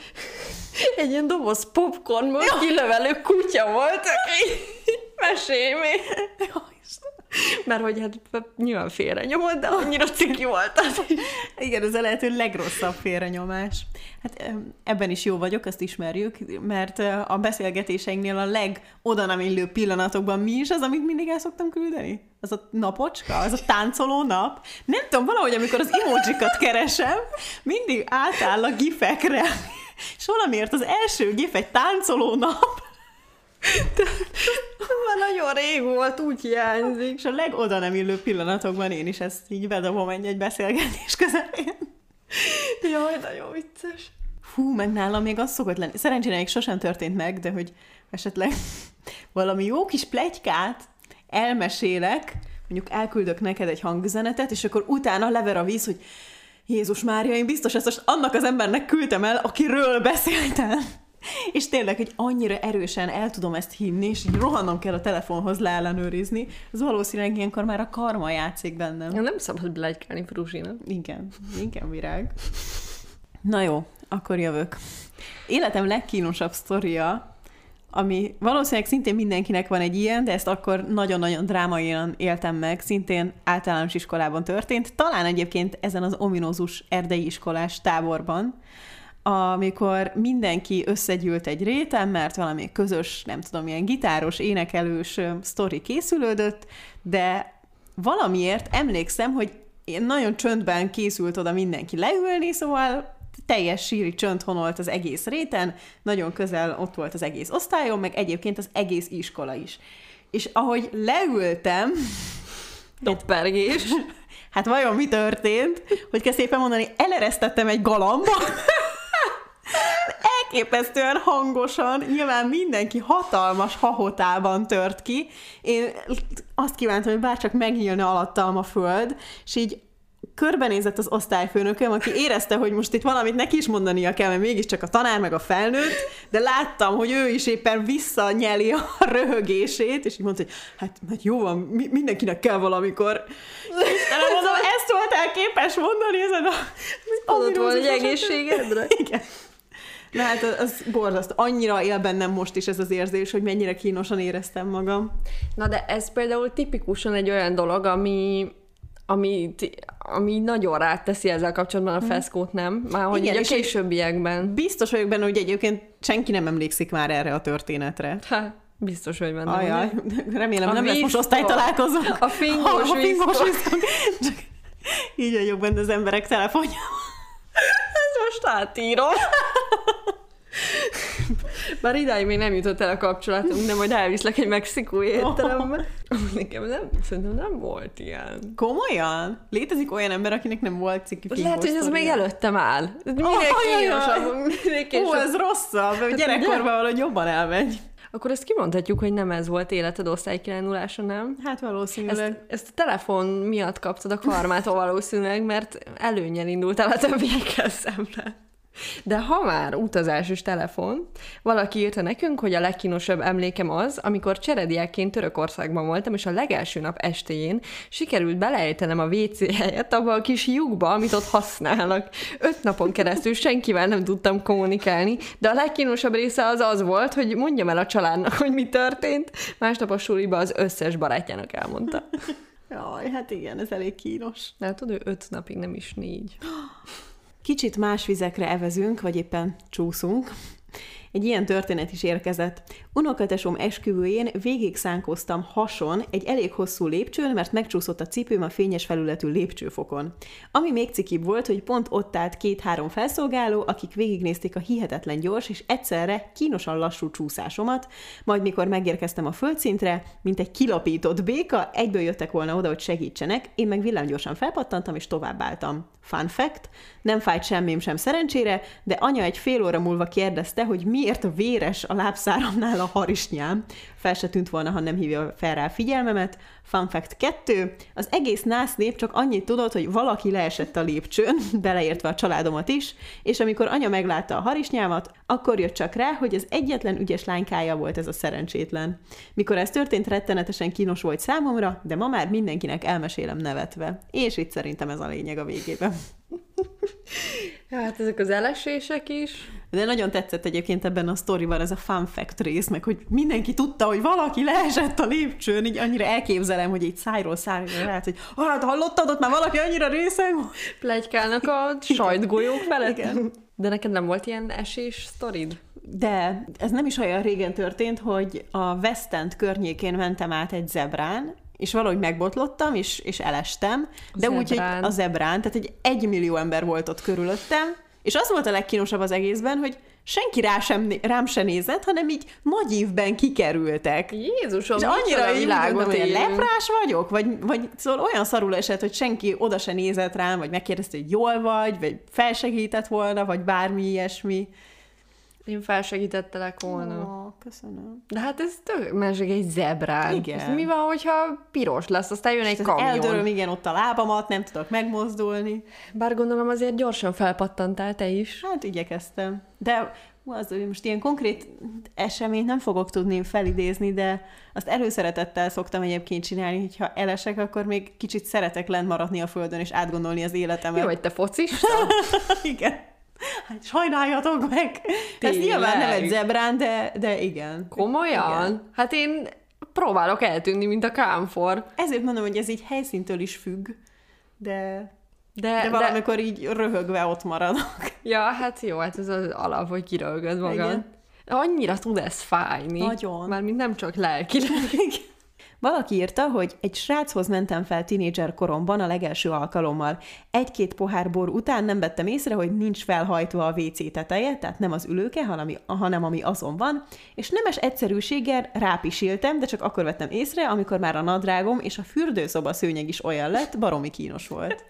ilyen doboz popcornból kilövelő kutya volt, aki mesélj még. Mert hogy hát nyilván félrenyomod, de annyira ciki volt az. Igen, ez a lehető legrosszabb félrenyomás. Hát ebben is jó vagyok, azt ismerjük, mert a beszélgetéseinknél a legoda nem illő pillanatokban mi is az, amit mindig el szoktam küldeni? Az a napocska, az a táncoló nap. Nem tudom, valahogy amikor az emojikat keresem, mindig átáll a gifekre. És valamiért az első gif egy táncoló nap. Már nagyon rég volt, úgy hiányzik. És a legoda nem illő pillanatokban én is ezt így bedobom egy beszélgetés közepén. Jaj, nagyon vicces. Hú, meg nálam még az szokott lenni. Szerencsére még sosem történt meg, de hogy esetleg valami jó kis pletykát elmesélek, mondjuk elküldök neked egy hangüzenetet, és akkor utána lever a víz, hogy Jézus Mária, én biztos ezt most annak az embernek küldtem el, akiről beszéltem. És tényleg, hogy annyira erősen el tudom ezt hinni, és így rohannom kell a telefonhoz leellenőrizni, az valószínűleg ilyenkor már a karma játszik bennem. Nem szabad blegykálni Fruzsinak. Igen, virág. Na jó, akkor jövök. Életem legkínosabb sztoria, ami valószínűleg szintén mindenkinek van egy ilyen, de ezt akkor nagyon-nagyon drámaian éltem meg, szintén általános iskolában történt, talán egyébként ezen az ominózus erdei iskolás táborban, amikor mindenki összegyűlt egy réten, mert valami közös, nem tudom, ilyen gitáros, énekelős sztori készülődött, de valamiért emlékszem, hogy nagyon csöndben készült oda mindenki leülni, szóval teljes síri csönd honolt az egész réten, nagyon közel ott volt az egész osztályom, meg egyébként az egész iskola is. És ahogy leültem... Doppergés. Hát vajon mi történt? Hogy kell szépen mondani, eleresztettem egy galamba, elképesztően hangosan, nyilván mindenki hatalmas hahotában tört ki. Én azt kívántam, hogy bárcsak megnyílna alattam a föld, és így körbenézett az osztályfőnököm, aki érezte, hogy most itt valamit neki is mondania kell, mert mégiscsak a tanár meg a felnőtt, de láttam, hogy ő is éppen visszanyeli a röhögését, és így mondta, hogy hát jó van, mindenkinek kell valamikor. Istenem, mondom, ezt voltál képes mondani ezen a... Adott volna egy egészségedre? Igen. Na hát az borzasztó. Annyira él bennem most is ez az érzés, hogy mennyire kínosan éreztem magam. Na de ez például tipikusan egy olyan dolog, ami nagyon ráteszi ezzel kapcsolatban a feszkót, nem? Már hogy igen, így a későbbiekben. Biztos vagyok benne, hogy egyébként senki nem emlékszik már erre a történetre. Biztos, hogy benne. Ajaj, remélem nem lesz most osztálytalálkozó. A fingós viszkok. Így vagyok benne az emberek telefonjában. Ez most átírom. Bár idáig még nem jutott el a kapcsolatunk, de majd elviszlek egy mexikói étterembe. Nekem szerintem nem volt ilyen. Komolyan? Létezik olyan ember, akinek nem volt ciki fingós? Lehet, hogy ez még előttem áll. Minél kínosabb. Ez rosszabb, gyerekkorban valahogy jobban elmegy. Akkor ezt kimondhatjuk, hogy nem ez volt életed osztálykirándulása, nem? Hát valószínűleg. Ezt a telefon miatt kaptad a karmától valószínűleg, mert előnnyel indultál a többiekkel szemben. De ha már utazás és telefon, valaki írta nekünk, hogy a legkínosabb emlékem az, amikor cserediákként Törökországban voltam, és a legelső nap estéjén sikerült beleejtenem a WC helyet abba a kis lyukba, amit ott használnak. 5 napon keresztül senkivel nem tudtam kommunikálni, de a legkínosabb része az volt, hogy mondjam el a családnak, hogy mi történt. Másnap a suliba az összes barátjának elmondta. Jaj, hát igen, ez elég kínos. Látod, ő 5 napig, nem is 4. Kicsit más vizekre evezünk, vagy éppen csúszunk. Egy ilyen történet is érkezett. Unokatesom esküvőjén végig szánkoztam hason egy elég hosszú lépcsőn, mert megcsúszott a cipőm a fényes felületű lépcsőfokon. Ami még cikibb volt, hogy pont ott állt 2-3 felszolgáló, akik végignézték a hihetetlen gyors és egyszerre kínosan lassú csúszásomat, majd mikor megérkeztem a földszintre, mint egy kilapított béka, egyből jöttek volna oda, hogy segítsenek, én meg villámgyorsan felpattantam és továbbálltam. Fun fact, nem fájt semmim sem szerencsére, de anya egy fél óra múlva kérdezte, hogy miért véres a lábszáramnál a harisnyám. Fel se tűnt volna, ha nem hívja fel rá figyelmemet. Fun fact 2. Az egész nász nép csak annyit tudott, hogy valaki leesett a lépcsőn, beleértve a családomat is, és amikor anya meglátta a harisnyámat, akkor jött csak rá, hogy az egyetlen ügyes lánykája volt ez a szerencsétlen. Mikor ez történt, rettenetesen kínos volt számomra, de ma már mindenkinek elmesélem nevetve. És itt szerintem ez a lényeg a végében. Hát ezek az elesések is. De nagyon tetszett egyébként ebben a sztoriban ez a fun fact rész, meg hogy mindenki tudta, hogy valaki leesett a lépcsőn, így annyira elképzelem, hogy így szájról lehet, hogy hát hallottad, ott már valaki annyira részeg. Pletykálnak a sajtgolyók felett. Igen. De neked nem volt ilyen esés sztorid? De ez nem is olyan régen történt, hogy a West End környékén mentem át egy zebrán, és valahogy megbotlottam, és elestem, de úgy, hogy a zebrán, tehát egy 1 millió ember volt ott körülöttem, és az volt a legkínosabb az egészben, hogy senki rám se nézett, hanem így nagy ívben kikerültek. Jézusom, és annyira így mondom, hogy leprás vagyok? Vagy szóval olyan szarul esett, hogy senki oda se nézett rám, vagy megkérdezte, hogy jól vagy felsegített volna, vagy bármi ilyesmi. Én felsegítettelek volna. Köszönöm. De hát ez tök másik egy zebrán. Igen. Mi van, hogyha piros lesz, aztán jön egy kamion? Eldöröm, igen, ott a lábamat, nem tudok megmozdulni. Bár gondolom azért gyorsan felpattantál te is. Hát igyekeztem. De most ilyen konkrét eseményt nem fogok tudni felidézni, de azt előszeretettel szoktam egyébként csinálni, hogyha elesek, akkor még kicsit szeretek lent maradni a földön, és átgondolni az életemet. Jó, hogy te focista? Igen. Hát sajnáljatok meg! Ez nyilván nem egy zebrán, de igen. Komolyan? Igen. Hát én próbálok eltűnni, mint a kámfor. Ezért mondom, hogy ez így helyszíntől is függ, de valamikor így röhögve ott maradok. Ja, hát jó, hát ez az alap, hogy kiröhögöd magad. Igen. Annyira tud ez fájni. Nagyon. Mármint nem csak lelkileg. Valaki írta, hogy egy sráchoz mentem fel tínédzser koromban a legelső alkalommal. 1-2 pohár bor után nem vettem észre, hogy nincs felhajtva a WC teteje, tehát nem az ülőke, hanem ami azon van, és nemes egyszerűséggel rápisiltem, de csak akkor vettem észre, amikor már a nadrágom és a fürdőszoba szőnyeg is olyan lett, baromi kínos volt.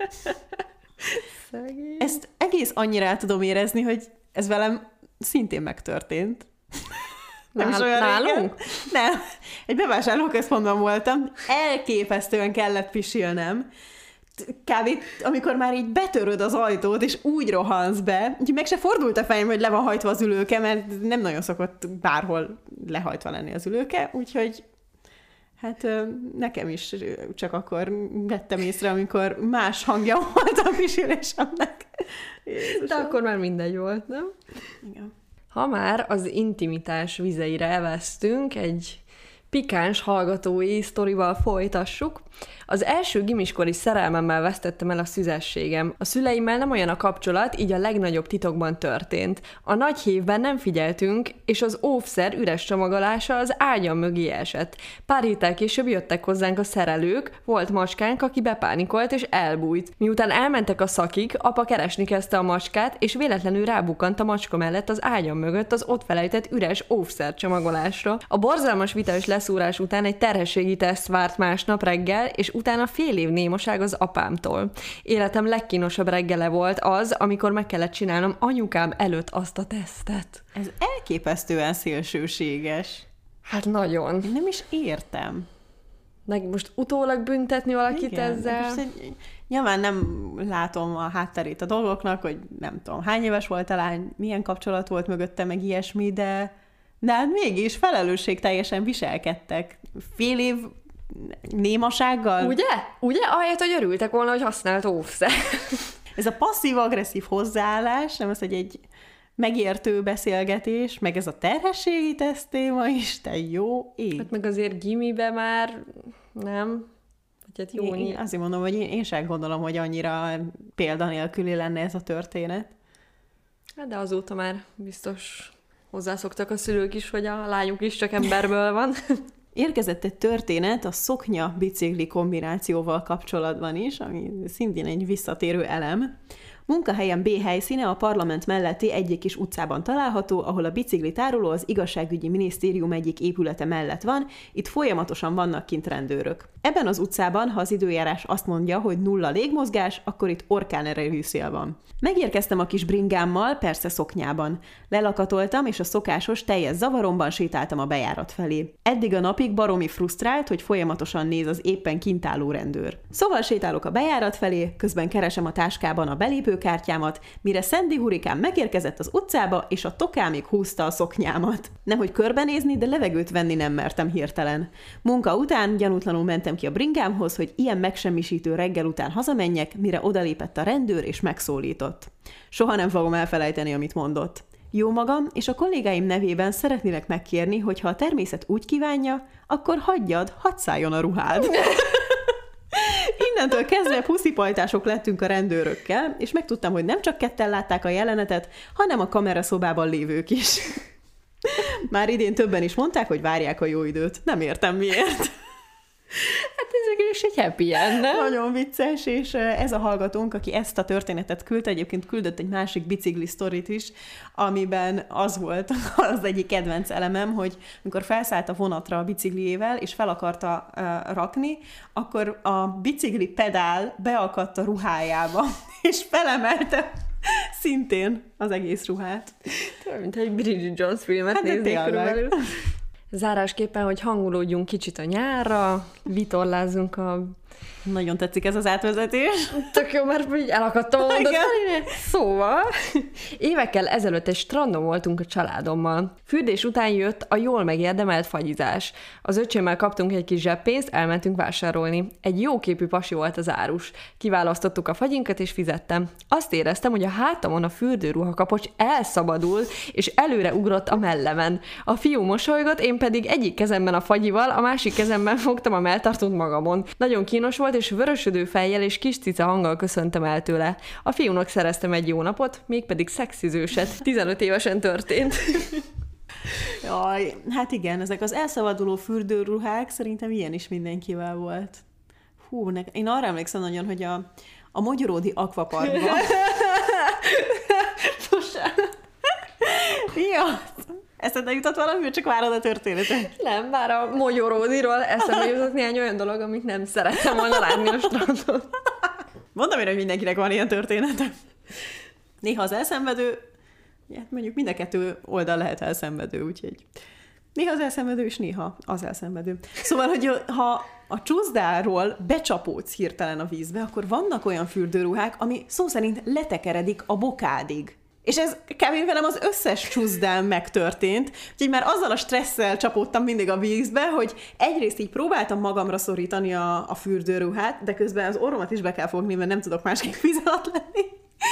Szegény. Ezt egész annyira el tudom érezni, hogy ez velem szintén megtörtént. Nem is olyan nálunk? Nem. Egy bevásárlóközpontban voltam, elképesztően kellett pisilnem. Kb. Amikor már így betöröd az ajtót, és úgy rohansz be, úgyhogy meg se fordult a fejem, hogy le van hajtva az ülőke, mert nem nagyon szokott bárhol lehajtva lenni az ülőke, úgyhogy hát nekem is csak akkor vettem észre, amikor más hangja volt a pisilésemnek. De akkor már mindegy volt, nem? Igen. Ha már az intimitás vizeire elvesztünk, egy pikáns hallgatói sztorival folytassuk. Az első gimiskori szerelmemmel vesztettem el a szüzességem. A szüleimmel nem olyan a kapcsolat, így a legnagyobb titokban történt. A nagy hévben nem figyeltünk, és az óvszer üres csomagolása az ágyam mögé esett. Pár héttel később jöttek hozzánk a szerelők, volt macskánk, aki bepánikolt és elbújt. Miután elmentek a szakik, apa keresni kezdte a macskát, és véletlenül rábukkant a macska mellett az ágyam mögött az ott felejtett üres óvszer csomagolásra. A borzalmas vitás leszúrás után egy terhességi teszt várt másnap reggel, és utána fél év némaság az apámtól. Életem legkínosabb reggele volt az, amikor meg kellett csinálnom anyukám előtt azt a tesztet. Ez elképesztően szélsőséges. Hát nagyon. Én nem is értem. Meg most utólag büntetni valakit igen, ezzel? Nyilván nem látom a hátterét a dolgoknak, hogy nem tudom, hány éves volt a lány, milyen kapcsolat volt mögötte, meg ilyesmi, de hát mégis felelősségteljesen viselkedtek. Fél év némasággal. Ugye? Ugye? Ahelyett, hogy örültek volna, hogy használt óvszer. Ez a passzív-agresszív hozzáállás, nem az, hogy egy megértő beszélgetés, meg ez a terhességi teszt téma is, te jó ég. Hát meg azért gimibe már nem. Hát jó, én azért mondom, hogy én sem gondolom, hogy annyira példanélküli lenne ez a történet. Hát de azóta már biztos hozzászoktak a szülők is, hogy a lányuk is csak emberből van. Érkezett egy történet a szoknya-bicikli kombinációval kapcsolatban is, ami szintén egy visszatérő elem. Munkahelyem B helyszíne a parlament melletti egyik kis utcában található, ahol a bicikli tároló az igazságügyi minisztérium egyik épülete mellett van, itt folyamatosan vannak kint rendőrök. Ebben az utcában, ha az időjárás azt mondja, hogy 0 légmozgás, akkor itt orkánerejű szél van. Megérkeztem a kis bringámmal, persze szoknyában. Lelakatoltam, és a szokásos teljes zavaromban sétáltam a bejárat felé. Eddig a napig baromi frusztrált, hogy folyamatosan néz az éppen kint álló rendőr. Szóval sétálok a bejárat felé, közben keresem a táskában a belépőkártyámat, mire Sandy hurikán megérkezett az utcába, és a tokámig húzta a szoknyámat. Nemhogy körbenézni, de levegőt venni nem mertem hirtelen. Munka után gyanútlanul mentem ki a bringámhoz, hogy ilyen megsemmisítő reggel után hazamenjek, mire odalépett a rendőr és megszólított. Soha nem fogom elfelejteni, amit mondott. Jó magam és a kollégáim nevében szeretnélek megkérni, hogy ha a természet úgy kívánja, akkor hagyjad, hadd szálljon a ruhád. Innentől kezdve puszipajtások lettünk a rendőrökkel, és megtudtam, hogy nem csak ketten látták a jelenetet, hanem a kameraszobában lévők is. Már idén többen is mondták, hogy várják a jó időt. Nem értem miért. Hát ez is egy happy end, nem? Nagyon vicces, és ez a hallgatónk, aki ezt a történetet küldte, egyébként küldött egy másik bicikli sztorit is, amiben az volt az egyik kedvenc elemem, hogy amikor felszállt a vonatra a bicikliével, és fel akarta rakni, akkor a bicikli pedál beakadt a ruhájába, és felemelte szintén az egész ruhát. Mint egy Bridget Jones filmet hát néznék körülbelül. Zárásképpen, hogy hangolódjunk kicsit a nyárra, vitorlázzunk a... Nagyon tetszik ez az átvezetés. Tök jó, mert így elakadtam a mondat. Szóval, évekkel ezelőtt egy strandon voltunk a családommal. Fürdés után jött a jól megérdemelt fagyizás. Az öcsémmel kaptunk egy kis zseppénzt, elmentünk vásárolni. Egy jóképű pasi volt az árus. Kiválasztottuk a fagyinkat és fizettem. Azt éreztem, hogy a hátamon a fürdőruha kapocs elszabadul, és előre ugrott a mellemen. A fiú mosolygott, én pedig egyik kezemben a fagyival, a másik kezemben fogtam a melltartót magamon. Nagyon kínos volt, és vörösödő fejjel és kis cica hanggal köszöntem el tőle. A fiúnak szereztem egy jó napot, mégpedig szexizőset. 15 évesen történt. Jaj, hát igen, ezek az elszabaduló fürdőruhák szerintem ilyen is mindenkivel volt. Hú, én arra emlékszem nagyon, hogy a Mogyoródi Akvaparkban... Ja, eszedbe jutott valami, vagy csak várod a történetet? Nem, bár a Mogyoródiról eszembe jutott néhány olyan dolog, amit nem szerettem volna látni a strandon. Mondom én, hogy mindenkinek van ilyen története. Néha az elszenvedő, hát mondjuk mind a kettő oldal lehet elszenvedő, úgyhogy néha az elszenvedő, és néha az elszenvedő. Szóval, hogy ha a csúszdáról becsapódsz hirtelen a vízbe, akkor vannak olyan fürdőruhák, ami szó szerint letekeredik a bokádig. És ez kb. Velem az összes csúszdán megtörtént, úgyhogy már azzal a stresszel csapódtam mindig a vízbe, hogy egyrészt így próbáltam magamra szorítani a fürdőruhát, de közben az orromat is be kell fogni, mert nem tudok másképp víz alatt lenni.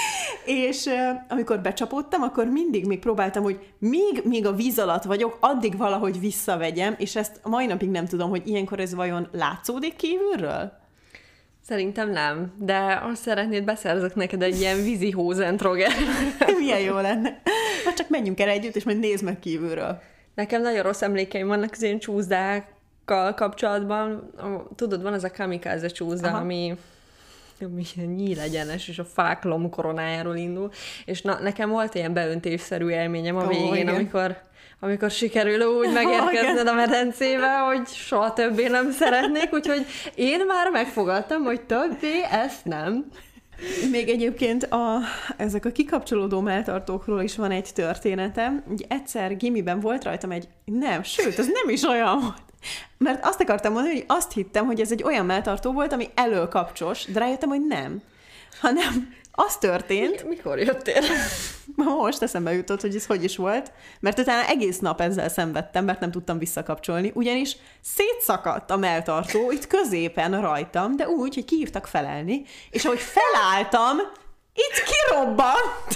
És amikor becsapódtam, akkor mindig még próbáltam, hogy míg a víz alatt vagyok, addig valahogy visszavegyem, és ezt a mai napig nem tudom, hogy ilyenkor ez vajon látszódik kívülről? Szerintem nem, de azt szeretnéd, beszerzek neked egy ilyen vízi hózentroger. Milyen jó lenne. Hát csak menjünk el együtt, és majd nézd meg kívülről. Nekem nagyon rossz emlékeim vannak az én csúszdákkal kapcsolatban. Tudod, van ez a kamikaze csúszda, ami nyílegyenes, és a fák lombkoronájáról indul. És nekem volt ilyen beöntésszerű élményem a végén, amikor sikerül úgy megérkezned a medencébe, hogy soha többé nem szeretnék, úgyhogy én már megfogadtam, hogy többé ezt nem. Még egyébként ezek a kikapcsolódó melltartókról is van egy történetem. Ugye egyszer gimiben volt rajtam sőt, ez nem is olyan volt. Mert azt akartam mondani, hogy azt hittem, hogy ez egy olyan melltartó volt, ami előkapcsos, de rájöttem, hogy nem. Hanem az történt... Mikor jöttél? Most eszembe jutott, hogy ez hogy is volt, mert utána egész nap ezzel szenvedtem, mert nem tudtam visszakapcsolni, ugyanis szétszakadt a melltartó itt középen rajtam, de úgy, hogy kiírtak felelni, és ahogy felálltam, itt kirobbant!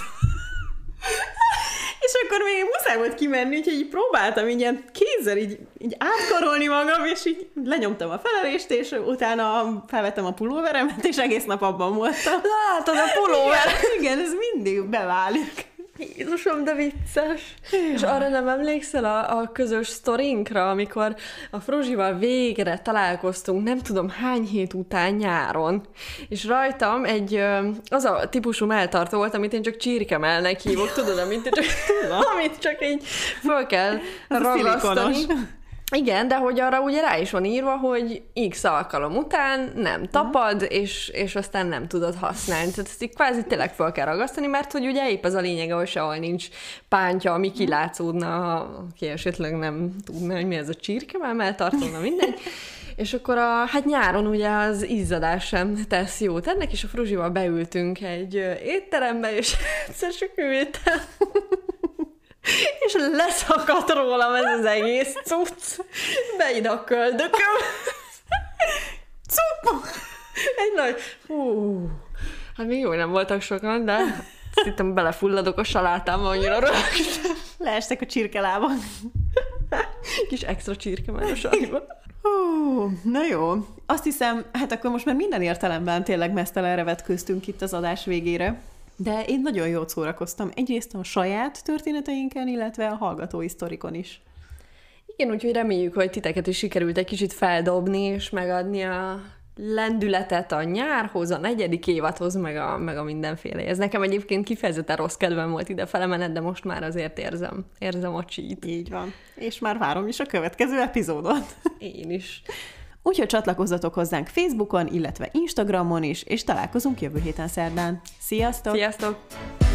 És akkor még muszáj volt kimenni, úgyhogy így próbáltam így ilyen kézzel így átkarolni magam, és így lenyomtam a felelést, és utána felvettem a pulóveremet, és egész nap abban voltam. Látod a pulóver? Igen, ez mindig beválik. Jézusom, de vicces. És arra nem emlékszel a közös sztorinkra, amikor a Fruzsival végre találkoztunk, nem tudom hány hét után nyáron, és rajtam az a típusú melltartó volt, amit én csak csirkemelnek hívok, tudod, amit csak így föl kell ragasztani. Igen, de hogy arra ugye rá is van írva, hogy X alkalom után nem tapad, és aztán nem tudod használni. Tehát ezt így kvázi tényleg fel kell ragasztani, mert hogy ugye épp az a lényege, hogy sehol nincs pántja, ami kilátszódna, aki esetleg nem tudna, hogy mi ez a csirke, már tartona mindegy. És akkor hát nyáron ugye az izzadás sem tesz jót ennek, és a Fruzsival beültünk egy étterembe, és egyszer csak ültem. És leszakadt rólam ez az egész cucc. Beide a köldököm. Cup! Egy nagy... hát még jó, nem voltak sokan, de hittem, belefulladok a salátámba, annyira rögtön. Leestek a csirkelábon. Kis extra csirke már a sajba. Na jó. Azt hiszem, hát akkor most már minden értelemben tényleg meztelenre vetköztünk itt az adás végére. De én nagyon jót szórakoztam. Egyrészt a saját történeteinken, illetve a hallgatói sztorikon is. Igen, úgyhogy reméljük, hogy titeket is sikerült egy kicsit feldobni, és megadni a lendületet a nyárhoz, a 4. évadhoz, meg a mindenféle. Ez nekem egyébként kifejezetten rossz kedvem volt ide felemened, de most már azért érzem a csít. Így van. És már várom is a következő epizódot. Én is. Úgyhogy csatlakozzatok hozzánk Facebookon, illetve Instagramon is, és találkozunk jövő héten szerdán. Sziasztok! Sziasztok!